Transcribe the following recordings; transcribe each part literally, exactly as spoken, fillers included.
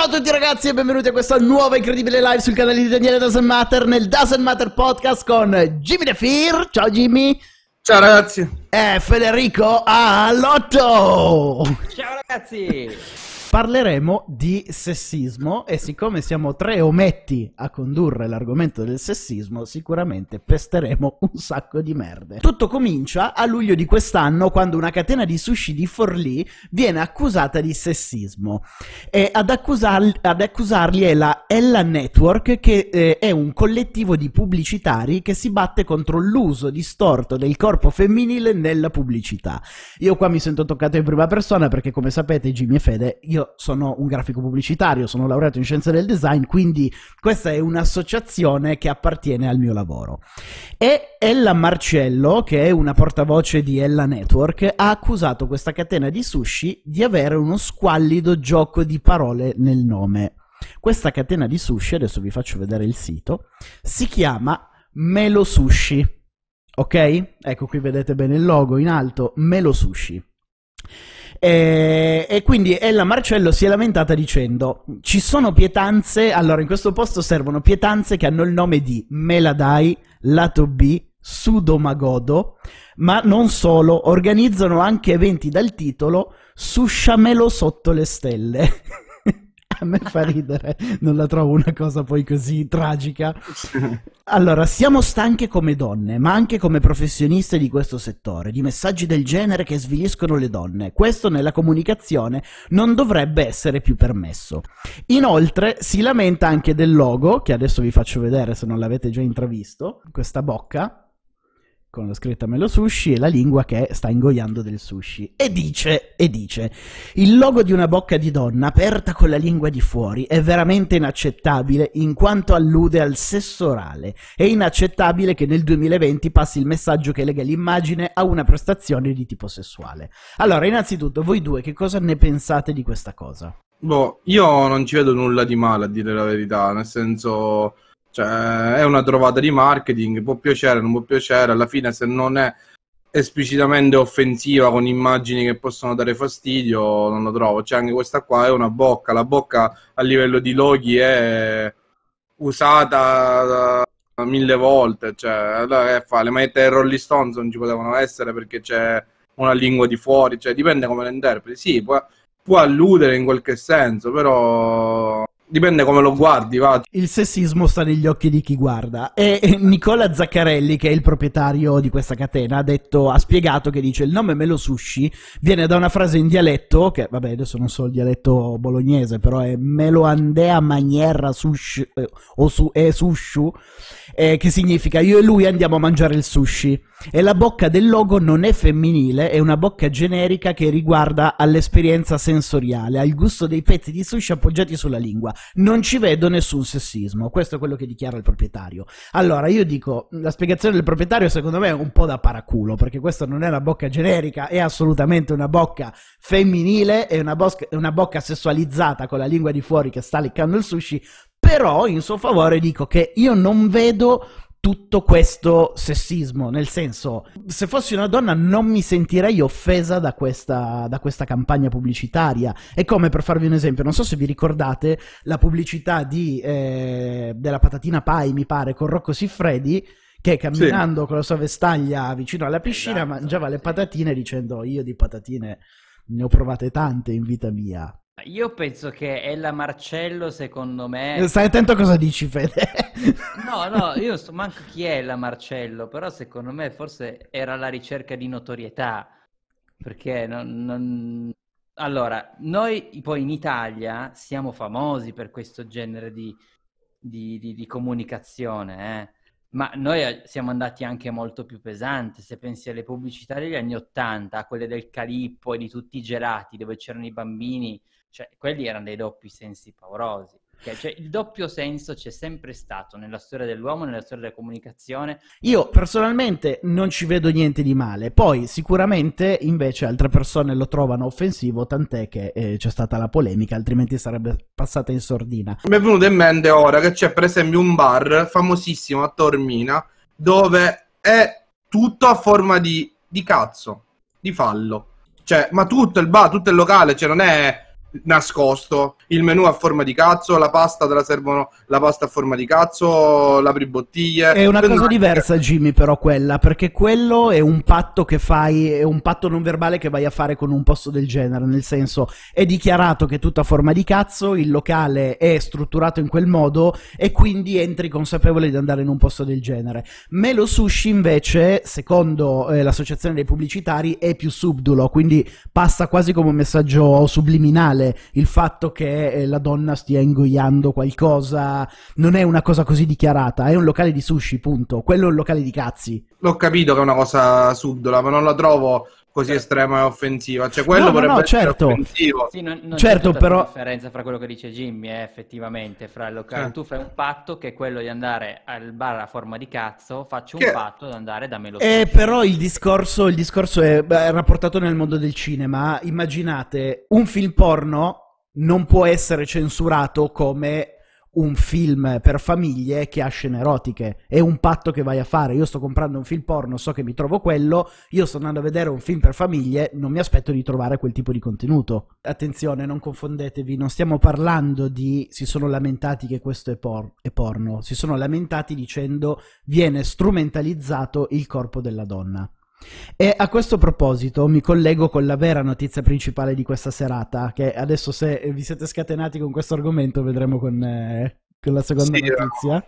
Ciao a tutti ragazzi e benvenuti a questa nuova incredibile live sul canale di Daniele Doesn't Matter, nel Doesn't Matter Podcast con Jimmy De Fir. Ciao Jimmy. Ciao ragazzi. E Federico Alotto. Ciao ragazzi. Parleremo di sessismo e siccome siamo tre ometti a condurre l'argomento del sessismo, sicuramente pesteremo un sacco di merde. Tutto comincia a luglio di quest'anno, quando una catena di sushi di Forlì viene accusata di sessismo e ad, accusarli, ad accusarli è la Ella Network, che eh, è un collettivo di pubblicitari che si batte contro l'uso distorto del corpo femminile nella pubblicità. Io qua mi sento toccato in prima persona perché, come sapete, Jimmy e Fede, io sono un grafico pubblicitario, sono laureato in scienze del design, quindi questa è un'associazione che appartiene al mio lavoro. E Ella Marcello, che è una portavoce di Ella Network, ha accusato questa catena di sushi di avere uno squallido gioco di parole nel nome. Questa catena di sushi, adesso vi faccio vedere il sito, si chiama Melo Sushi, ok? Ecco, qui vedete bene il logo in alto, Melo Sushi. E, e quindi Ella Marcello si è lamentata dicendo: ci sono pietanze, allora in questo posto servono pietanze che hanno il nome di Meladai, Lato B, Sudomagodo, ma non solo, organizzano anche eventi dal titolo Susciamelo sotto le stelle. A me fa ridere, non la trovo una cosa poi così tragica. Allora, siamo stanche come donne, ma anche come professioniste di questo settore, di messaggi del genere che sviliscono le donne. Questo nella comunicazione non dovrebbe essere più permesso. Inoltre si lamenta anche del logo, che adesso vi faccio vedere se non l'avete già intravisto, questa bocca con la scritta Melo Sushi e la lingua che sta ingoiando del sushi, e dice, e dice il logo di una bocca di donna aperta con la lingua di fuori è veramente inaccettabile in quanto allude al sesso orale. È inaccettabile che nel duemilaventi passi il messaggio che lega l'immagine a una prestazione di tipo sessuale. Allora, innanzitutto, voi due che cosa ne pensate di questa cosa? Boh, io non ci vedo nulla di male, a dire la verità, nel senso, cioè, è una trovata di marketing, può piacere, non può piacere, alla fine se non è esplicitamente offensiva con immagini che possono dare fastidio, non lo trovo. C'è anche questa qua, è una bocca, la bocca a livello di loghi è usata mille volte, cioè, allora che fa? Le magliette dei Rolling Stones non ci potevano essere perché c'è una lingua di fuori, cioè dipende come le interpreti, sì, può, può alludere in qualche senso, però dipende come lo guardi, va. Il sessismo sta negli occhi di chi guarda. E Nicola Zaccarelli, che è il proprietario di questa catena, ha detto, ha spiegato che dice: il nome Melo Sushi viene da una frase in dialetto, che vabbè adesso non so il dialetto bolognese, però è Meloandea Maniera Sushi eh, o su, e Sushu, eh, che significa io e lui andiamo a mangiare il sushi. E la bocca del logo non è femminile, è una bocca generica che riguarda all'esperienza sensoriale, al gusto dei pezzi di sushi appoggiati sulla lingua. Non ci vedo nessun sessismo, questo è quello che dichiara il proprietario. Allora io dico, la spiegazione del proprietario secondo me è un po' da paraculo, perché questa non è una bocca generica, è assolutamente una bocca femminile, è una, bosca, una bocca sessualizzata con la lingua di fuori che sta leccando il sushi. Però in suo favore dico che io non vedo tutto questo sessismo, nel senso, se fossi una donna non mi sentirei offesa da questa, da questa campagna pubblicitaria. È come, per farvi un esempio, non so se vi ricordate la pubblicità di, eh, della patatina Pai, mi pare, con Rocco Siffredi, che camminando sì. con la sua vestaglia vicino alla piscina esatto, mangiava le patatine dicendo: io di patatine ne ho provate tante in vita mia. Io penso che Ella Marcello, secondo me... Stai attento a cosa dici, Fede. No, no, io non so manco chi è Ella Marcello, però secondo me forse era alla ricerca di notorietà, perché non... non... Allora, noi poi in Italia siamo famosi per questo genere di, di, di, di comunicazione, eh? Ma noi siamo andati anche molto più pesanti. Se pensi alle pubblicità degli anni Ottanta, a quelle del Calippo e di tutti i gelati dove c'erano i bambini, cioè quelli erano dei doppi sensi paurosi. Cioè, il doppio senso c'è sempre stato nella storia dell'uomo, nella storia della comunicazione. Io personalmente non ci vedo niente di male, poi sicuramente invece altre persone lo trovano offensivo, tant'è che eh, c'è stata la polemica, altrimenti sarebbe passata in sordina. Mi è venuto in mente ora che c'è per esempio un bar famosissimo a Taormina dove è tutto a forma di, di cazzo, di fallo, cioè ma tutto il bar, tutto il locale, cioè non è nascosto, il menù a forma di cazzo, la pasta te la servono, la pasta a forma di cazzo, l'apri bottiglie. È una cosa anche... diversa, Jimmy, però quella, perché quello è un patto che fai, è un patto non verbale che vai a fare con un posto del genere, nel senso è dichiarato che è tutto a forma di cazzo, il locale è strutturato in quel modo e quindi entri consapevole di andare in un posto del genere. Melo Sushi invece, secondo eh, l'associazione dei pubblicitari, è più subdolo, quindi passa quasi come un messaggio subliminale il fatto che eh, la donna stia ingoiando qualcosa, non è una cosa così dichiarata, è un locale di sushi, punto. Quello è un locale di cazzi. L'ho capito che è una cosa subdola, ma non la trovo così estrema e offensiva. Cioè, quello No, no, potrebbe no, essere certo. offensivo. Sì, non, non Certo, c'è tutta però- differenza fra quello che dice Jimmy, eh, effettivamente, fra il locale. Eh. Tu fai un patto che è quello di andare al bar a forma di cazzo, faccio Che- un patto di andare da Melo Eh, Sushi. però il discorso, il discorso è, beh, è rapportato nel mondo del cinema. Immaginate, un film porno non può essere censurato come un film per famiglie che ha scene erotiche. È un patto che vai a fare. Io sto comprando un film porno, so che mi trovo quello, io sto andando a vedere un film per famiglie, non mi aspetto di trovare quel tipo di contenuto. Attenzione, non confondetevi, non stiamo parlando di si sono lamentati che questo è, por- è porno, si sono lamentati dicendo viene strumentalizzato il corpo della donna. E a questo proposito mi collego con la vera notizia principale di questa serata, che adesso se vi siete scatenati con questo argomento vedremo con, eh, con la seconda Sì, notizia,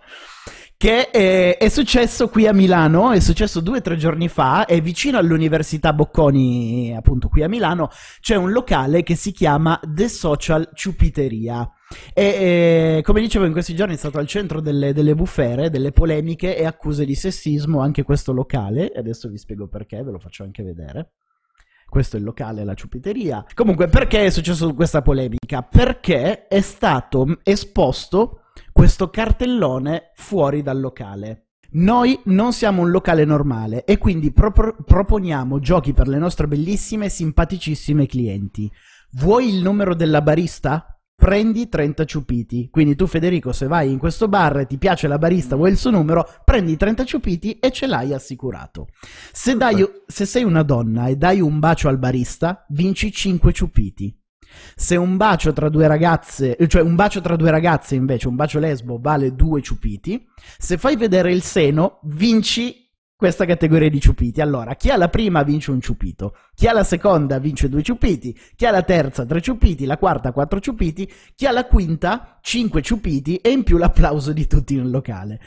che è, è successo qui a Milano, è successo due o tre giorni fa, e vicino all'Università Bocconi, appunto qui a Milano, c'è un locale che si chiama The Social Ciupiteria. E eh, come dicevo, in questi giorni è stato al centro delle, delle bufere, delle polemiche e accuse di sessismo anche questo locale, e adesso vi spiego perché, ve lo faccio anche vedere. Questo è il locale, la ciupiteria. Comunque, perché è successo questa polemica? Perché è stato esposto questo cartellone fuori dal locale. Noi non siamo un locale normale e quindi pro- proponiamo giochi per le nostre bellissime e simpaticissime clienti. Vuoi il numero della barista? Prendi trenta ciupiti. Quindi tu, Federico, se vai in questo bar e ti piace la barista, vuoi il suo numero, prendi trenta ciupiti e ce l'hai assicurato. Se, dai, se sei una donna e dai un bacio al barista, vinci cinque ciupiti. Se un bacio tra due ragazze, cioè un bacio tra due ragazze invece, un bacio lesbo, vale due ciupiti. Se fai vedere il seno, vinci questa categoria di ciupiti. Allora, chi ha la prima vince un ciupito, chi ha la seconda vince due ciupiti, chi ha la terza tre ciupiti, la quarta quattro ciupiti, chi ha la quinta cinque ciupiti e in più l'applauso di tutti nel locale.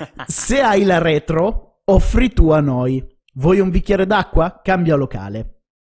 Se hai la retro, offri tu a noi. Vuoi un bicchiere d'acqua? Cambia locale.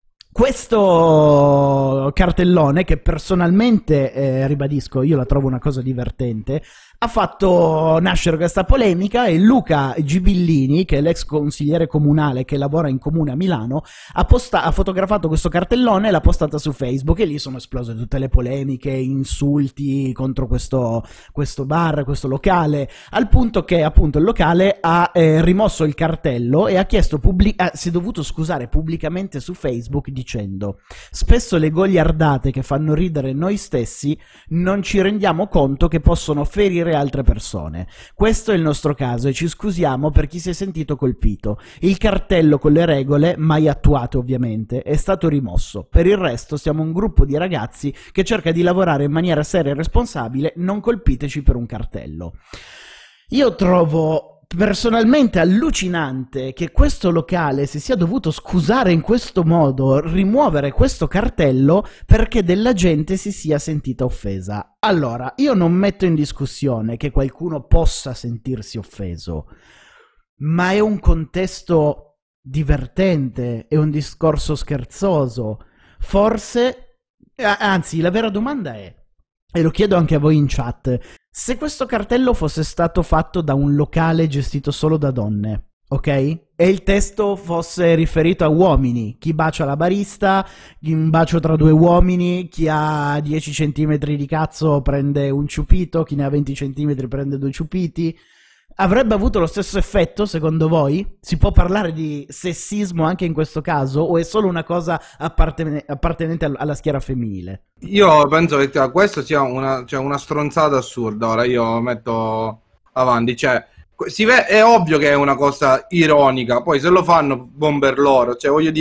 Questo cartellone, che personalmente, eh, ribadisco, io la trovo una cosa divertente, ha fatto nascere questa polemica e Luca Gibillini, che è l'ex consigliere comunale che lavora in comune a Milano, ha, posta- ha fotografato questo cartellone e l'ha postata su Facebook, e lì sono esplose tutte le polemiche, insulti contro questo, questo bar, questo locale, al punto che appunto il locale ha eh, rimosso il cartello e ha chiesto pubblic- ah, si è dovuto scusare pubblicamente su Facebook dicendo: spesso le goliardate che fanno ridere noi stessi non ci rendiamo conto che possono ferire altre persone. Questo è il nostro caso e ci scusiamo per chi si è sentito colpito. Il cartello con le regole, mai attuate ovviamente, è stato rimosso. Per il resto siamo un gruppo di ragazzi che cerca di lavorare in maniera seria e responsabile, non colpiteci per un cartello. Io trovo personalmente allucinante che questo locale si sia dovuto scusare in questo modo, rimuovere questo cartello perché della gente si sia sentita offesa. Allora, io non metto in discussione che qualcuno possa sentirsi offeso, ma è un contesto divertente, è un discorso scherzoso. Forse, anzi, la vera domanda è, e lo chiedo anche a voi in chat, se questo cartello fosse stato fatto da un locale gestito solo da donne, ok? E il testo fosse riferito a uomini, chi bacia la barista, un bacio tra due uomini, chi ha dieci centimetri di cazzo prende un ciupito, chi ne ha venti centimetri prende due ciupiti, avrebbe avuto lo stesso effetto secondo voi? Si può parlare di sessismo anche in questo caso o è solo una cosa apparten- appartenente alla schiera femminile? Io penso che questo sia una, cioè una stronzata assurda. Ora io metto avanti, cioè si ve- è ovvio che è una cosa ironica, poi se lo fanno buon per loro, cioè voglio dire,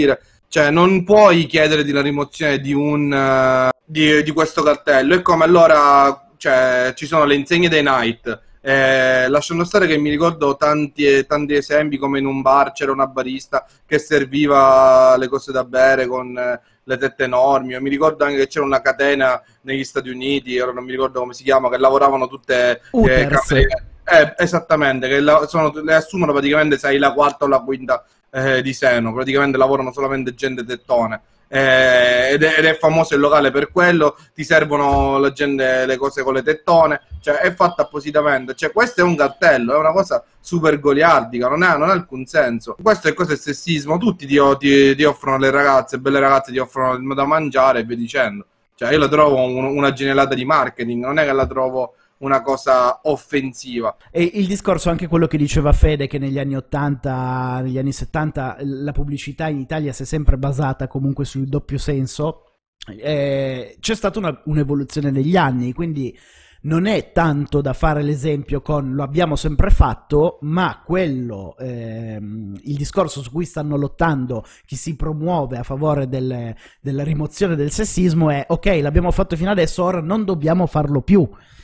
Cioè, non puoi chiedere di la rimozione di un uh, di, di questo cartello. È come allora, cioè, ci sono le insegne dei Night. Eh, lasciando stare che mi ricordo tanti, tanti esempi, come in un bar c'era una barista che serviva le cose da bere con eh, le tette enormi. Io mi ricordo anche che c'era una catena negli Stati Uniti, ora non mi ricordo come si chiama, che lavoravano tutte eh, camere, eh, esattamente, che la, sono, le assumono praticamente sei la quarta o la quinta eh, di seno, praticamente lavorano solamente gente tettone. Eh, ed, è, ed è famoso il locale per quello, ti servono la gente le cose con le tettone, cioè è fatto appositamente, cioè questo è un cartello, è una cosa super goliardica, non ha, non ha alcun senso. Questo è cosa è sessismo, tutti ti, ti, ti offrono le ragazze, belle ragazze ti offrono da mangiare e via dicendo, cioè io la trovo un, una genialata di marketing, non è che la trovo una cosa offensiva. E il discorso, anche quello che diceva Fede, che negli anni ottanta, negli anni settanta la pubblicità in Italia si è sempre basata comunque sul doppio senso, eh, c'è stata una, un'evoluzione negli anni, quindi non è tanto da fare l'esempio con lo abbiamo sempre fatto, ma quello, ehm, il discorso su cui stanno lottando chi si promuove a favore del, della rimozione del sessismo è: ok, l'abbiamo fatto fino adesso, ora non dobbiamo farlo più.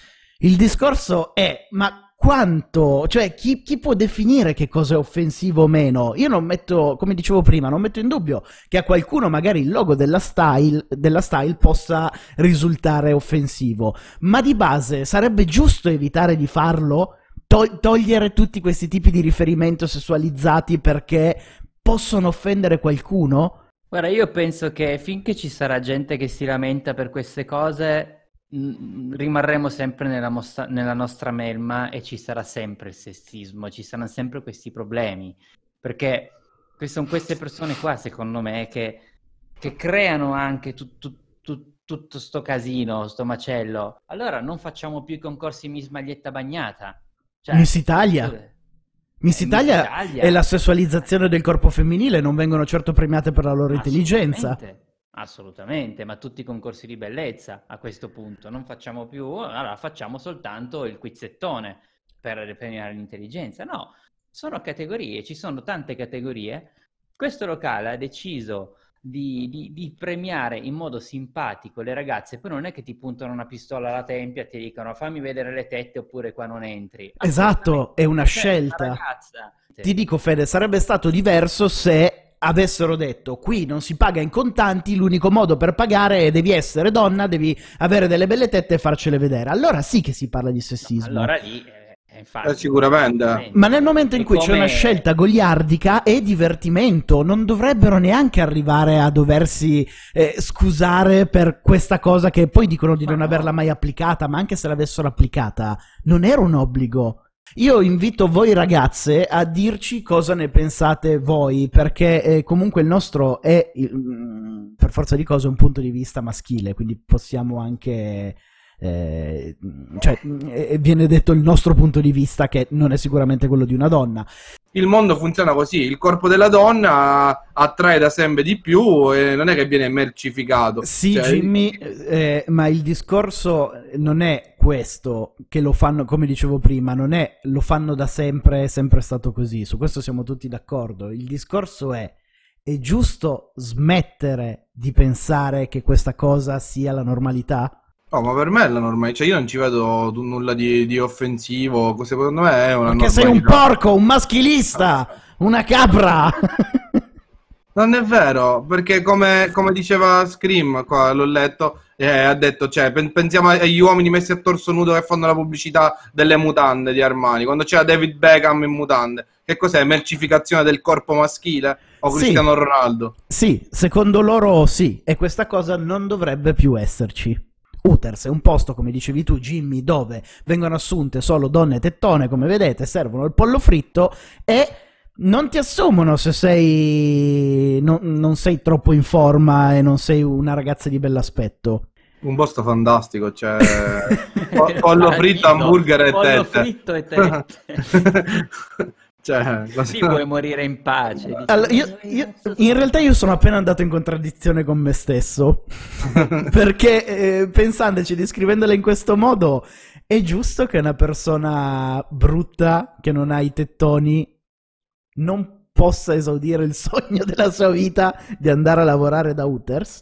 Il discorso è, ma quanto, cioè chi, chi può definire che cosa è offensivo o meno? Io non metto, come dicevo prima, non metto in dubbio che a qualcuno magari il logo della style, della style possa risultare offensivo, ma di base sarebbe giusto evitare di farlo, to- togliere tutti questi tipi di riferimento sessualizzati perché possono offendere qualcuno? Guarda, io penso che finché ci sarà gente che si lamenta per queste cose, rimarremo sempre nella, mostra- nella nostra melma e ci sarà sempre il sessismo, ci saranno sempre questi problemi, perché sono queste persone qua, secondo me, che, che creano anche tu- tu- tu- tutto sto casino, sto macello. Allora non facciamo più i concorsi Miss Maglietta Bagnata. Cioè, Miss Italia? dove... Miss eh, Italia, Miss Italia e la sessualizzazione del corpo femminile non vengono certo premiate per la loro intelligenza. Assolutamente. Assolutamente, ma tutti i concorsi di bellezza a questo punto non facciamo più, allora facciamo soltanto il quizzettone per premiare l'intelligenza. No, sono categorie, ci sono tante categorie. Questo locale ha deciso di, di, di premiare in modo simpatico le ragazze, poi non è che ti puntano una pistola alla tempia e ti dicono fammi vedere le tette oppure qua non entri. Esatto, è una scelta. Una ragazza. Ti dico, Fede, sarebbe stato diverso se avessero detto qui non si paga in contanti, l'unico modo per pagare è devi essere donna, devi avere delle belle tette e farcele vedere. Allora sì che si parla di sessismo. No, allora lì eh, infatti, eh, sicuramente. Ma nel momento in e cui come... c'è una scelta goliardica e divertimento, non dovrebbero neanche arrivare a doversi eh, scusare per questa cosa che poi dicono di ma non no. averla mai applicata, ma anche se l'avessero applicata non era un obbligo. Io invito voi ragazze a dirci cosa ne pensate voi, perché eh, comunque il nostro è, mm, per forza di cose, un punto di vista maschile, quindi possiamo anche... Eh, cioè, eh, viene detto il nostro punto di vista, che non è sicuramente quello di una donna. Il mondo funziona così, il corpo della donna attrae da sempre di più e non è che viene mercificato. Sì, cioè... Jimmy, eh, ma il discorso non è questo, che lo fanno, come dicevo prima, non è lo fanno da sempre, è sempre stato così, su questo siamo tutti d'accordo. Il discorso è, è giusto smettere di pensare che questa cosa sia la normalità? No, ma per me è la normalità, cioè io non ci vedo nulla di, di offensivo, secondo me è una Perché normalità. sei un porco, un maschilista, una capra! Non è vero, perché come, come diceva Scream, qua l'ho letto, eh, ha detto, cioè, pen- pensiamo agli uomini messi a torso nudo che fanno la pubblicità delle mutande di Armani, quando c'era David Beckham in mutande, che cos'è? Mercificazione del corpo maschile? O Sì. Cristiano Ronaldo? Sì, secondo loro sì, e questa cosa non dovrebbe più esserci. Hooters è un posto, come dicevi tu, Jimmy, dove vengono assunte solo donne tettone, come vedete, servono il pollo fritto e non ti assumono se sei non, non sei troppo in forma e non sei una ragazza di bell'aspetto. Un posto fantastico, cioè po- pollo fritto, hamburger e pollo tette. fritto e tette. Cioè, Sì, puoi morire in pace. Dici, Allora, io, io, in realtà io sono appena andato in contraddizione con me stesso, perché eh, pensandoci, descrivendola in questo modo, è giusto che una persona brutta, che non ha i tettoni, non possa esaudire il sogno della sua vita di andare a lavorare da Hooters?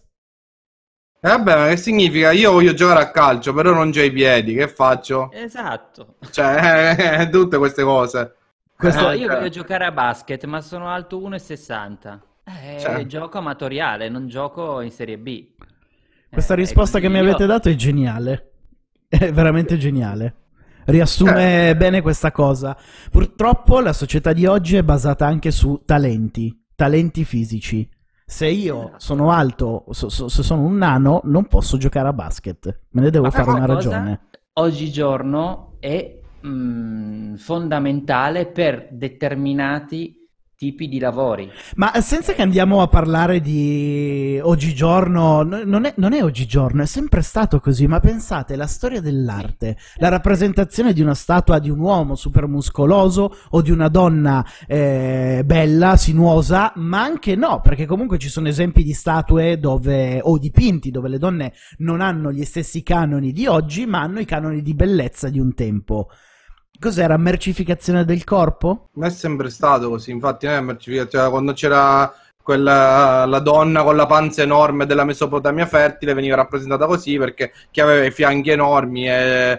E vabbè, ma che significa? Io voglio giocare a calcio, però non c'ho i piedi, che faccio? Esatto. Cioè, eh, tutte queste cose. Questo- No, io voglio giocare a basket, ma sono alto uno e sessanta. Eh, Cioè. Gioco amatoriale, non gioco in Serie B. Questa Eh, risposta che mi io- avete dato è geniale, è veramente geniale. Riassume Eh. bene questa cosa. Purtroppo la società di oggi è basata anche su talenti, talenti fisici. Se io Esatto. sono alto, so- so- se sono un nano, non posso giocare a basket. Me ne devo Ma fare questa una cosa ragione. Oggigiorno è mm, fondamentale per determinati tipi di lavori. Ma senza che andiamo a parlare di oggigiorno, no- non è, non è oggigiorno, è sempre stato così, ma pensate, la storia dell'arte, la rappresentazione di una statua di un uomo super muscoloso o di una donna eh, bella, sinuosa, ma anche no, perché comunque ci sono esempi di statue dove, o dipinti dove le donne non hanno gli stessi canoni di oggi, ma hanno i canoni di bellezza di un tempo. Cos'era? Mercificazione del corpo? Non è sempre stato così, infatti, non è mercificazione. Quando c'era quella, la donna con la panza enorme della Mesopotamia fertile veniva rappresentata così perché chi aveva i fianchi enormi e,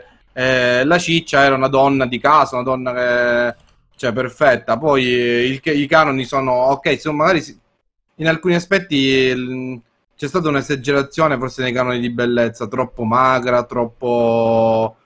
e la ciccia era una donna di casa, una donna che, cioè, perfetta. Poi il- i canoni sono, ok, sono magari si- in alcuni aspetti il- c'è stata un'esagerazione forse nei canoni di bellezza, troppo magra, troppo...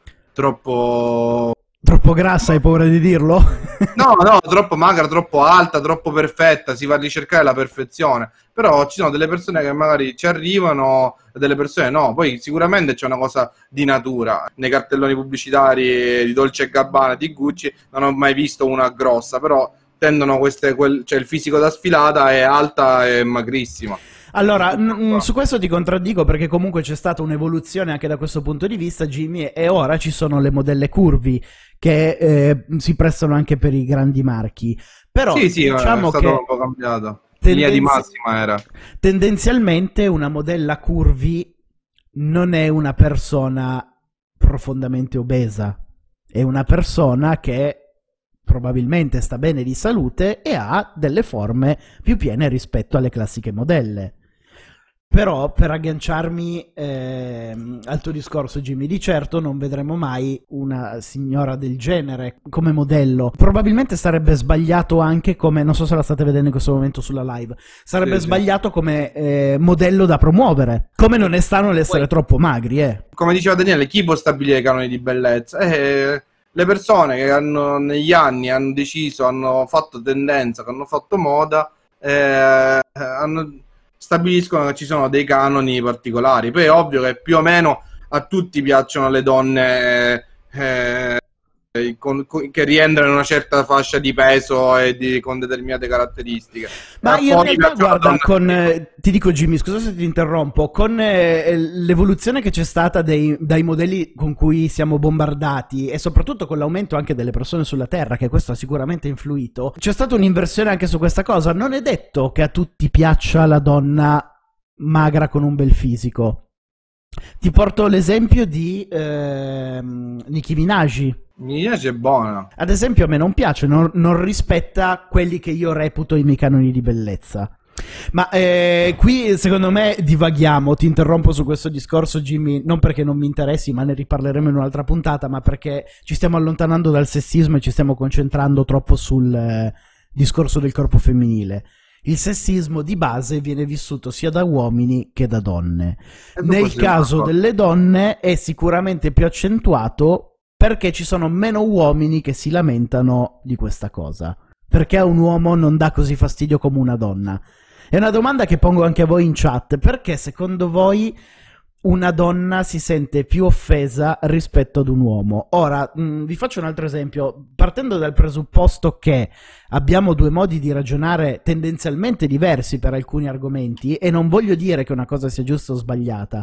troppo... Troppo grassa, hai paura di dirlo? No, no, troppo magra, troppo alta, troppo perfetta, si va a ricercare la perfezione, però ci sono delle persone che magari ci arrivano e delle persone no, poi sicuramente c'è una cosa di natura, nei cartelloni pubblicitari di Dolce e Gabbana, di Gucci, non ho mai visto una grossa, però tendono queste, quel, cioè il fisico da sfilata è alta e magrissima. Allora, n- su questo ti contraddico perché comunque c'è stata un'evoluzione anche da questo punto di vista, Jimmy, e ora ci sono le modelle curvi che eh, si prestano anche per i grandi marchi. Però Sì, sì, diciamo è stato che un po' cambiato. In linea di tendenzi- massima era. tendenzialmente una modella curvi non è una persona profondamente obesa, è una persona che probabilmente sta bene di salute e ha delle forme più piene rispetto alle classiche modelle. Però per agganciarmi ehm, al tuo discorso, Jimmy, di certo non vedremo mai una signora del genere come modello. Probabilmente sarebbe sbagliato anche come, non so se la state vedendo in questo momento sulla live, sarebbe Sì, sì. sbagliato come eh, modello da promuovere. Come non è strano l'essere Poi- troppo magri, eh. Come diceva Daniele, chi può stabilire i canoni di bellezza? Eh, le persone che hanno negli anni hanno deciso, hanno fatto tendenza, che hanno fatto moda, eh, hanno, stabiliscono che ci sono dei canoni particolari. Poi è ovvio che più o meno a tutti piacciono le donne eh, eh, con- con- che rientrano in una certa fascia di peso e di- con determinate caratteristiche. Ma Eh, in poi realtà, piacciono guarda, donne- con, eh, ti dico Jimmy, scusa se ti interrompo, con eh, l'evoluzione che c'è stata dei- dai modelli con cui siamo bombardati e soprattutto con l'aumento anche delle persone sulla Terra, che questo ha sicuramente influito, c'è stata un'inversione anche su questa cosa. Non è detto che a tutti piaccia la donna magra con un bel fisico. Ti porto l'esempio di ehm, Nicki Minaj. Mi piace buona. Ad esempio a me non piace, non, non rispetta quelli che io reputo i miei canoni di bellezza. Ma eh, qui secondo me divaghiamo, ti interrompo su questo discorso, Jimmy, non perché non mi interessi, ma ne riparleremo in un'altra puntata, ma perché ci stiamo allontanando dal sessismo e ci stiamo concentrando troppo sul eh, discorso del corpo femminile. Il sessismo di base viene vissuto sia da uomini che da donne. E dopo Nel si caso fa- delle donne è sicuramente più accentuato perché ci sono meno uomini che si lamentano di questa cosa. Perché a un uomo non dà così fastidio come una donna? È una domanda che pongo anche a voi in chat. Perché secondo voi una donna si sente più offesa rispetto ad un uomo? Ora, mh, vi faccio un altro esempio. Partendo dal presupposto che abbiamo due modi di ragionare tendenzialmente diversi per alcuni argomenti, e non voglio dire che una cosa sia giusta o sbagliata.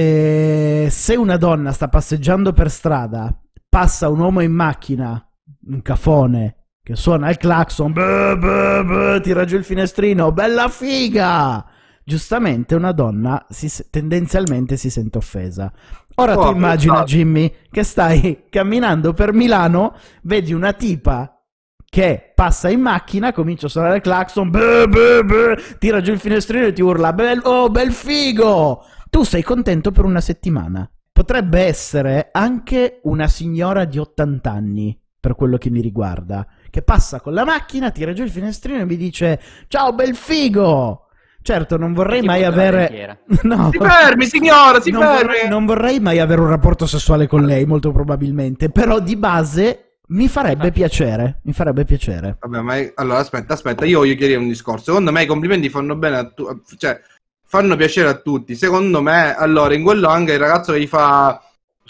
Eh, se una donna sta passeggiando per strada, passa un uomo in macchina, un cafone, che suona il clacson, beh, beh, beh, tira giù il finestrino, bella figa! Giustamente una donna si, tendenzialmente si sente offesa. Ora Oh, tu immagina, pensate. Jimmy, che stai camminando per Milano, vedi una tipa che passa in macchina, comincia a suonare il clacson, beh, beh, beh, tira giù il finestrino e ti urla bel, oh bel figo. Tu sei contento per una settimana. Potrebbe essere anche una signora di ottanta anni, per quello che mi riguarda, che passa con la macchina, tira giù il finestrino e mi dice ciao bel figo. Certo, non vorrei mai avere... No, si fermi signora, si non fermi! Vorrei, non vorrei mai avere un rapporto sessuale con lei, molto probabilmente, però di base mi farebbe piacere, mi farebbe piacere. Vabbè, ma è... allora aspetta, aspetta, io voglio chiarire un discorso. Secondo me i complimenti fanno bene a tutti, cioè fanno piacere a tutti. Secondo me, allora, in quello anche il ragazzo che gli fa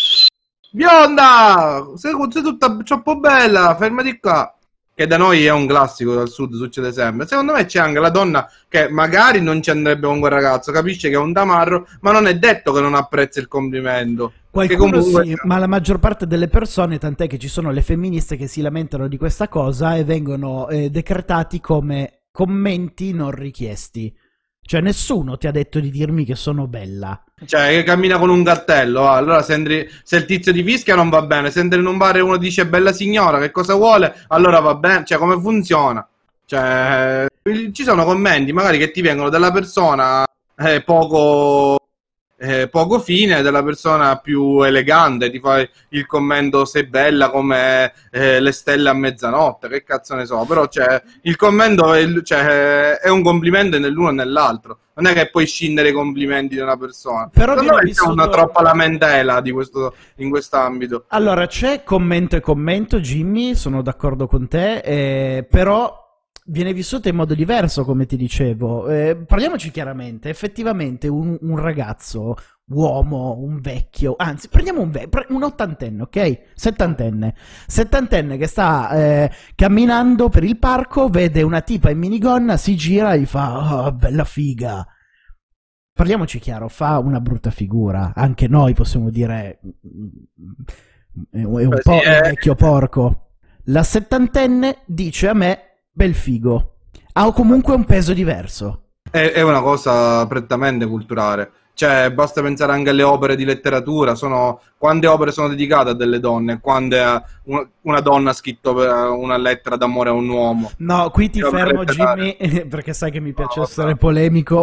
bionda, sei, sei tutta troppo bella, fermati qua. Che da noi è un classico, dal sud succede sempre. Secondo me c'è anche la donna che magari non ci andrebbe con quel ragazzo, capisce che è un tamarro, ma non è detto che non apprezza il complimento. Qualcuno comunque... sì, ma la maggior parte delle persone, tant'è che ci sono le femministe che si lamentano di questa cosa e vengono eh, decretati come commenti non richiesti. Cioè nessuno ti ha detto di dirmi che sono bella. Cioè che cammina con un gattello, ah, allora se, entri, se il tizio ti fischia non va bene, se entri in un bar e uno dice bella signora, che cosa vuole, allora va bene, cioè come funziona? Cioè ci sono commenti magari che ti vengono dalla persona eh, poco... Eh, poco fine, della persona più elegante, ti fa il commento sei bella come eh, le stelle a mezzanotte, che cazzo ne so, però cioè, il commento è, cioè, è un complimento nell'uno e nell'altro, non è che puoi scindere i complimenti di una persona, però non è vissuto... una troppa lamentela di questo, in quest'ambito. Allora c'è commento e commento, Jimmy, sono d'accordo con te, eh, però viene vissuta in modo diverso, come ti dicevo. Eh, parliamoci chiaramente, effettivamente un, un ragazzo, uomo, un vecchio, anzi prendiamo un, ve- un ottantenne, ok? Settantenne. Settantenne che sta eh, camminando per il parco, vede una tipa in minigonna, si gira e gli fa oh, bella figa. Parliamoci chiaro, fa una brutta figura. Anche noi possiamo dire è un Beh, po' sì, un è... vecchio porco. La settantenne dice a me bel figo. Ha comunque un peso diverso. È, è una cosa prettamente culturale. Cioè, basta pensare anche alle opere di letteratura. Sono quante opere sono dedicate a delle donne, quando una, una donna ha scritto una lettera d'amore a un uomo. No, qui ti fermo, Jimmy, perché sai che mi piace no, essere polemico.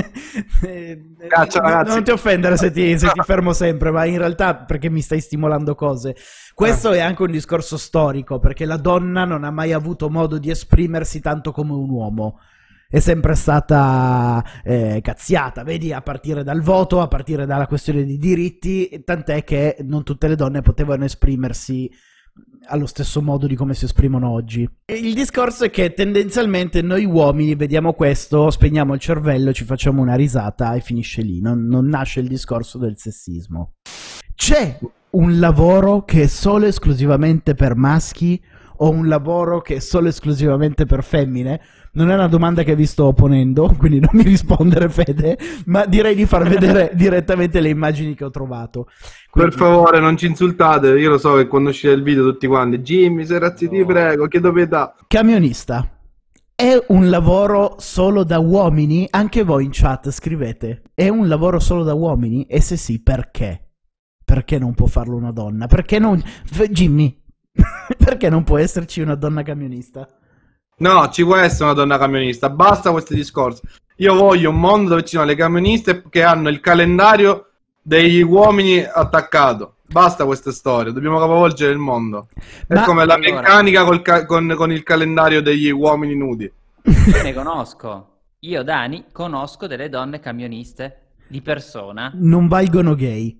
Caccia, ragazzi. Non ti offendere se ti, se ti fermo sempre, ma in realtà perché mi stai stimolando cose. Questo eh. è anche un discorso storico, perché la donna non ha mai avuto modo di esprimersi tanto come un uomo. È sempre stata eh, cazziata, vedi, a partire dal voto, a partire dalla questione di diritti, tant'è che non tutte le donne potevano esprimersi allo stesso modo di come si esprimono oggi. E il discorso è che tendenzialmente noi uomini vediamo questo, spegniamo il cervello, ci facciamo una risata e finisce lì, non, non nasce il discorso del sessismo. C'è un lavoro che è solo esclusivamente per maschi o un lavoro che è solo esclusivamente per femmine? Non è una domanda che vi sto ponendo, quindi non mi rispondere, Fede, ma direi di far vedere direttamente le immagini che ho trovato. Quindi... Per favore, non ci insultate, io lo so che quando uscirà il video tutti quanti, Jimmy, Serazzi, no. Ti prego, chiedo pietà. Camionista. È un lavoro solo da uomini? Anche voi in chat scrivete. È un lavoro solo da uomini? E se sì, perché? Perché non può farlo una donna? Perché non... Jimmy, perché non può esserci una donna camionista? No, ci può essere una donna camionista, basta questi discorsi. Io voglio un mondo dove ci sono le camioniste che hanno il calendario degli uomini attaccato. Basta queste storie, dobbiamo capovolgere il mondo. È Ma... come la allora... meccanica col ca- con, con il calendario degli uomini nudi. Io ne conosco. Io, Dani, conosco delle donne camioniste di persona. Non valgono gay.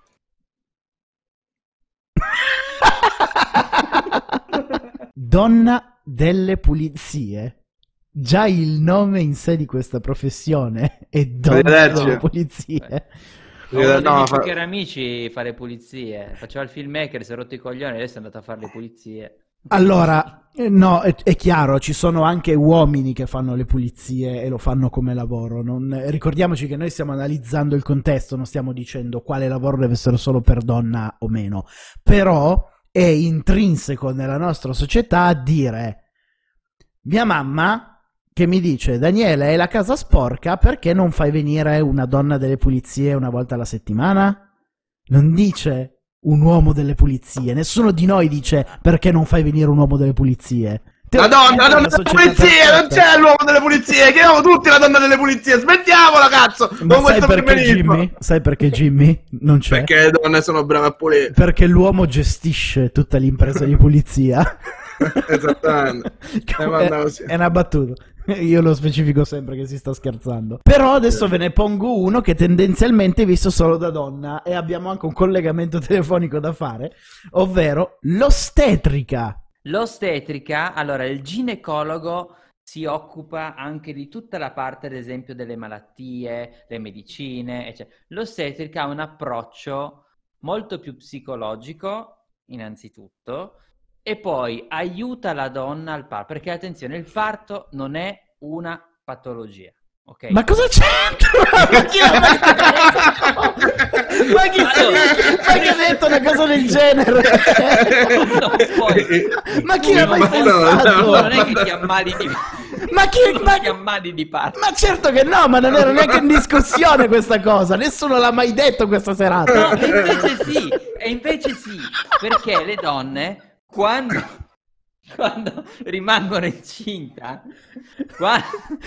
Donna delle pulizie. Già il nome in sé di questa professione è donna delle pulizie. Ho uno dei miei fa... che erano amici fare pulizie. Faceva il filmmaker, si è rotto i coglioni e adesso è andato a fare le pulizie. Allora, no, è, è chiaro, ci sono anche uomini che fanno le pulizie e lo fanno come lavoro. Non... Ricordiamoci che noi stiamo analizzando il contesto, non stiamo dicendo quale lavoro deve essere solo per donna o meno. Però è intrinseco nella nostra società dire mia mamma che mi dice Daniele, hai la casa sporca, perché non fai venire una donna delle pulizie una volta alla settimana? Non dice un uomo delle pulizie, nessuno di noi dice perché non fai venire un uomo delle pulizie, La donna, la donna delle pulizie, non c'è l'uomo delle pulizie, chiamiamo tutti la donna delle pulizie, smettiamola cazzo! Ma con sai questo perché femminismo. Jimmy? Sai perché Jimmy non c'è? Perché le donne sono brave a pulire. Perché l'uomo gestisce tutta l'impresa di pulizia. Esattamente. è, manda così. è una battuta. Io lo specifico sempre che si sta scherzando. Però adesso ve ne pongo uno che tendenzialmente è visto solo da donna e abbiamo anche un collegamento telefonico da fare, ovvero l'ostetrica. L'ostetrica, allora il ginecologo si occupa anche di tutta la parte, ad esempio, delle malattie, le medicine, eccetera. L'ostetrica ha un approccio molto più psicologico, innanzitutto, e poi aiuta la donna al parto, perché attenzione, il parto non è una patologia, ok? Ma cosa c'entra? Ma chi ha ma chi, Allora, ma chi ha detto una cosa del genere? non puoi- Ma chi l'ha mai Ma no, no, pensato? no. non è che ti ammali di Ma chi non ma, ti ammali di parto. ma certo che no, ma non era neanche in discussione questa cosa. Nessuno l'ha mai detto questa serata. No, e invece sì, e invece sì, perché le donne quando, quando rimangono incinta, quando,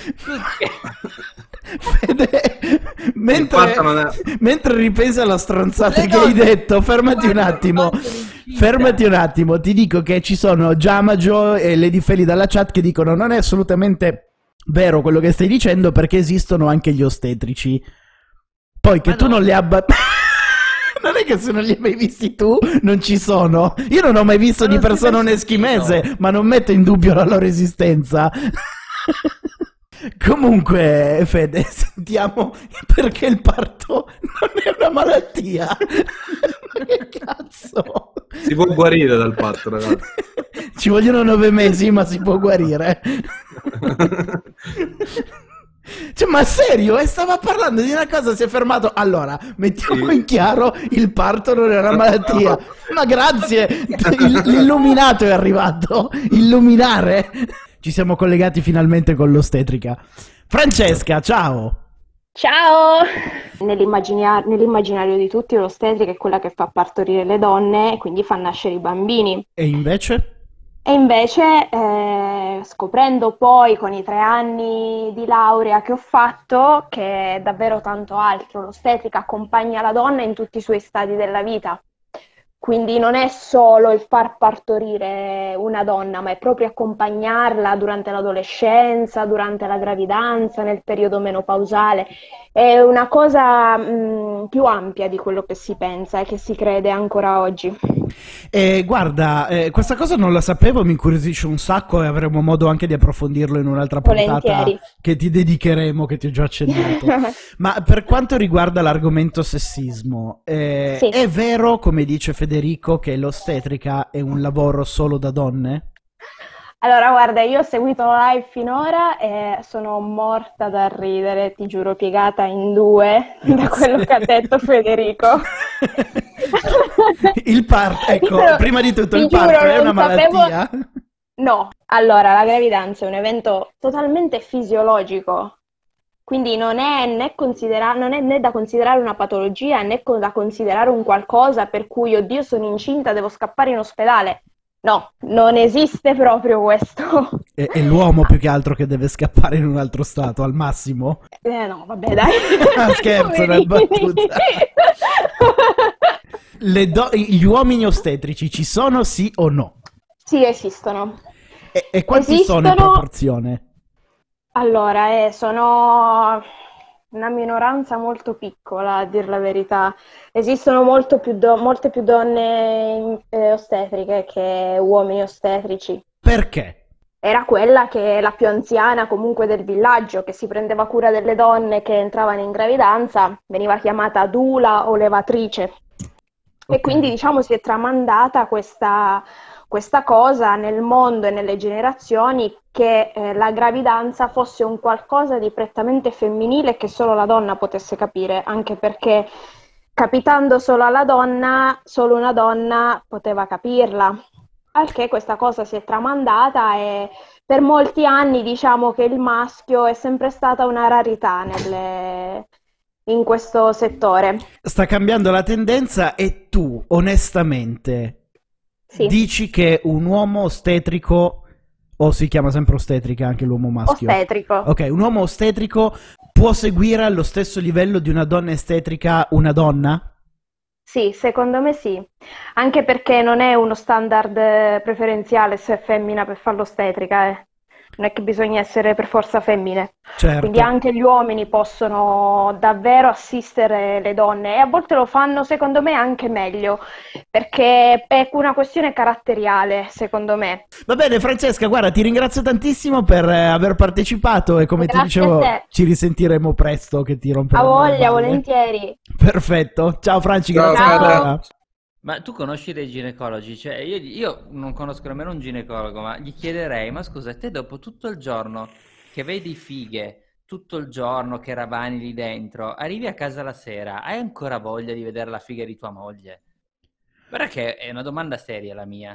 Fede, mentre, parto non è- mentre ripensi alla stronzata Le che hai donne, detto, fermati un quando attimo. rimangono incinta. Fermati un attimo, ti dico che ci sono Giamajo e Lady Feli dalla chat che dicono non è assolutamente vero quello che stai dicendo perché esistono anche gli ostetrici. Poi che Ma tu no. non li abbia... Non è che se non li hai mai visti tu, non ci sono. Io non ho mai visto Ma di non si è persona un mai eschimese, sentito. ma non metto in dubbio la loro esistenza. Comunque, Fede, sentiamo perché il parto non è una malattia. Ma che cazzo? Si può guarire dal parto, ragazzi. Ci vogliono nove mesi, ma si può guarire. Cioè, ma serio? E stava parlando di una cosa, si è fermato. Allora, mettiamo Sì. in chiaro, il parto non è una malattia. Ma grazie, il- l'illuminato è arrivato. Illuminare. Ci siamo collegati finalmente con l'ostetrica. Francesca, ciao. Ciao! Nell'immagina- nell'immaginario di tutti l'ostetrica è quella che fa partorire le donne e quindi fa nascere i bambini. E invece? E invece, eh, scoprendo poi con i tre anni di laurea che ho fatto, che è davvero tanto altro, l'ostetrica accompagna la donna in tutti i suoi stadi della vita. Quindi non è solo il far partorire una donna, ma è proprio accompagnarla durante l'adolescenza, durante la gravidanza, nel periodo menopausale. È una cosa mh, più ampia di quello che si pensa e che si crede ancora oggi. Eh, guarda, eh, questa cosa non la sapevo, mi incuriosisce un sacco e avremo modo anche di approfondirlo in un'altra puntata Volentieri. che ti dedicheremo, che ti ho già accennato. Ma per quanto riguarda l'argomento sessismo, eh, Sì. è vero, come dice Federico, che l'ostetrica è un lavoro solo da donne? Allora, guarda, io ho seguito la live finora e sono morta da ridere, ti giuro, piegata in due da quello che ha detto Federico. Il parto, ecco, Io- prima di tutto ti il giuro, parto è una non sapevo- malattia? No, allora, la gravidanza è un evento totalmente fisiologico, quindi non è né, considera- non è né da considerare una patologia né co- da considerare un qualcosa per cui, oddio, sono incinta, devo scappare in ospedale. No, non esiste proprio questo. È, è l'uomo più che altro che deve scappare in un altro stato, al massimo. Eh, no, vabbè, dai. Scherzo, una battuta. Le do- gli uomini ostetrici ci sono, sì o no? Sì, esistono. E, e quanti sono in Esistono- proporzione? Allora, eh, sono una minoranza molto piccola, a dir la verità. Esistono molto più do- molte più donne eh, ostetriche che uomini ostetrici. Perché? Era quella che è la più anziana comunque del villaggio, che si prendeva cura delle donne che entravano in gravidanza, veniva chiamata dula o levatrice. E Ok. quindi diciamo si è tramandata questa, questa cosa nel mondo e nelle generazioni che eh, la gravidanza fosse un qualcosa di prettamente femminile che solo la donna potesse capire, anche perché capitando solo alla donna, solo una donna poteva capirla. Al che questa cosa si è tramandata e per molti anni diciamo che il maschio è sempre stata una rarità nelle- in questo settore. Sta cambiando la tendenza e tu, onestamente, Sì. dici che un uomo ostetrico O si chiama sempre ostetrica anche l'uomo maschio? Ostetrico. Ok, un uomo ostetrico può seguire allo stesso livello di una donna estetrica una donna? Sì, secondo me sì, anche perché non è uno standard eh, preferenziale se è femmina per fare l'ostetrica, eh. Non è che bisogna essere per forza femmine, Certo. quindi anche gli uomini possono davvero assistere le donne e a volte lo fanno secondo me anche meglio, perché è una questione caratteriale secondo me. Va bene Francesca, guarda, ti ringrazio tantissimo per eh, aver partecipato e come Grazie ti dicevo a te. ci risentiremo presto che ti A romperemo le voglia, balle. volentieri. Perfetto, ciao Franci, Ciao, grazie ciao. ancora. Ma tu conosci dei ginecologi? Cioè, io, io non conosco nemmeno un ginecologo, ma gli chiederei, ma scusa, te dopo tutto il giorno che vedi fighe, tutto il giorno che ravani lì dentro, arrivi a casa la sera, hai ancora voglia di vedere la figa di tua moglie? Guarda che è una domanda seria la mia.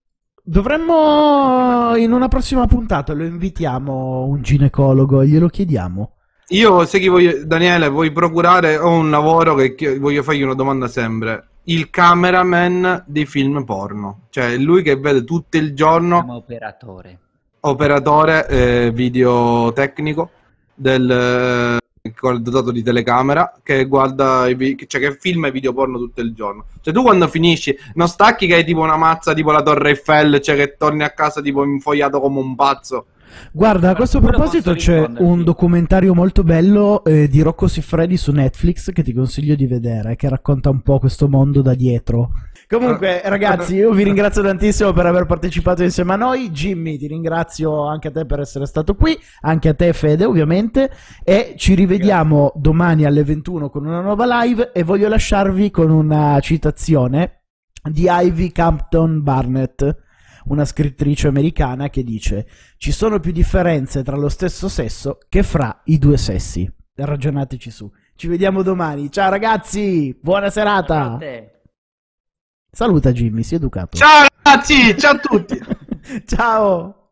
Dovremmo in una prossima puntata lo invitiamo un ginecologo e glielo chiediamo. Io, se chi voglio, Daniele, vuoi procurare, ho un lavoro che che voglio fargli una domanda sempre. Il cameraman dei film porno, cioè lui che vede tutto il giorno, Chiama operatore. operatore eh, videotecnico del eh, col dotato di telecamera che guarda i vi- cioè che filma e video porno tutto il giorno. Cioè tu quando finisci non stacchi che hai tipo una mazza tipo la Torre Eiffel, cioè che torni a casa tipo infogliato come un pazzo. Guarda, a Ma questo sicuro proposito posso c'è risponderti. un documentario molto bello eh, di Rocco Siffredi su Netflix che ti consiglio di vedere, che racconta un po' questo mondo da dietro. Comunque, ragazzi, io vi ringrazio tantissimo per aver partecipato insieme a noi. Jimmy, ti ringrazio anche a te per essere stato qui, anche a te Fede, ovviamente, e ci rivediamo domani alle ventuno con una nuova live e voglio lasciarvi con una citazione di Ivy Campton Barnett, una scrittrice americana che dice: ci sono più differenze tra lo stesso sesso che fra i due sessi. Ragionateci su. Ci vediamo domani. Ciao ragazzi, buona serata. Ciao a te. Saluta Jimmy, si è educato. Ciao ragazzi, ciao a tutti. Ciao.